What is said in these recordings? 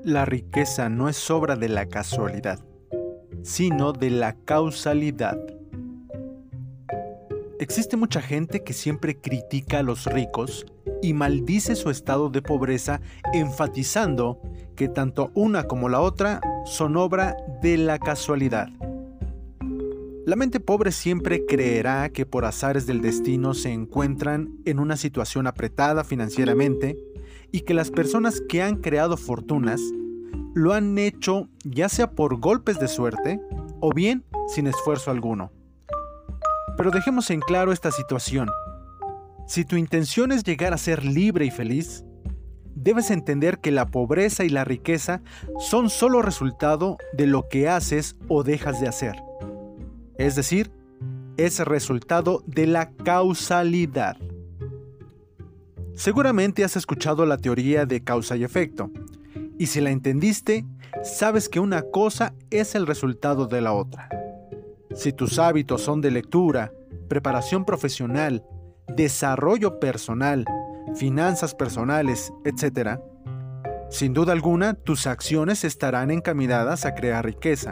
La riqueza no es obra de la casualidad, sino de la causalidad. Existe mucha gente que siempre critica a los ricos y maldice su estado de pobreza, enfatizando que tanto una como la otra son obra de la casualidad. La mente pobre siempre creerá que por azares del destino se encuentran en una situación apretada financieramente y que las personas que han creado fortunas lo han hecho ya sea por golpes de suerte o bien sin esfuerzo alguno. Pero dejemos en claro esta situación. Si tu intención es llegar a ser libre y feliz, debes entender que la pobreza y la riqueza son solo resultado de lo que haces o dejas de hacer. Es decir, es resultado de la causalidad. Seguramente has escuchado la teoría de causa y efecto, y si la entendiste, sabes que una cosa es el resultado de la otra. Si tus hábitos son de lectura, preparación profesional, desarrollo personal, finanzas personales, etc., sin duda alguna, tus acciones estarán encaminadas a crear riqueza.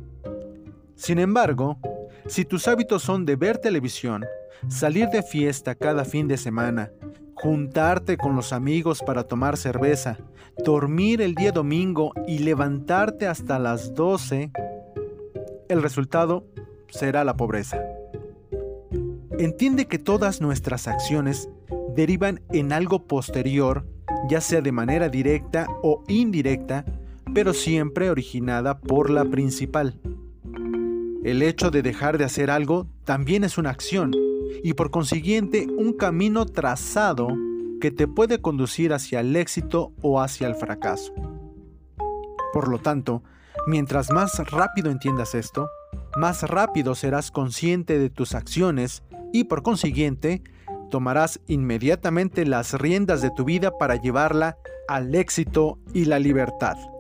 Sin embargo, si tus hábitos son de ver televisión, salir de fiesta cada fin de semana, juntarte con los amigos para tomar cerveza, dormir el día domingo y levantarte hasta las 12, el resultado será la pobreza. Entiende que todas nuestras acciones derivan en algo posterior, ya sea de manera directa o indirecta, pero siempre originada por la principal. El hecho de dejar de hacer algo también es una acción, y por consiguiente un camino trazado que te puede conducir hacia el éxito o hacia el fracaso. Por lo tanto, mientras más rápido entiendas esto, más rápido serás consciente de tus acciones y por consiguiente tomarás inmediatamente las riendas de tu vida para llevarla al éxito y la libertad.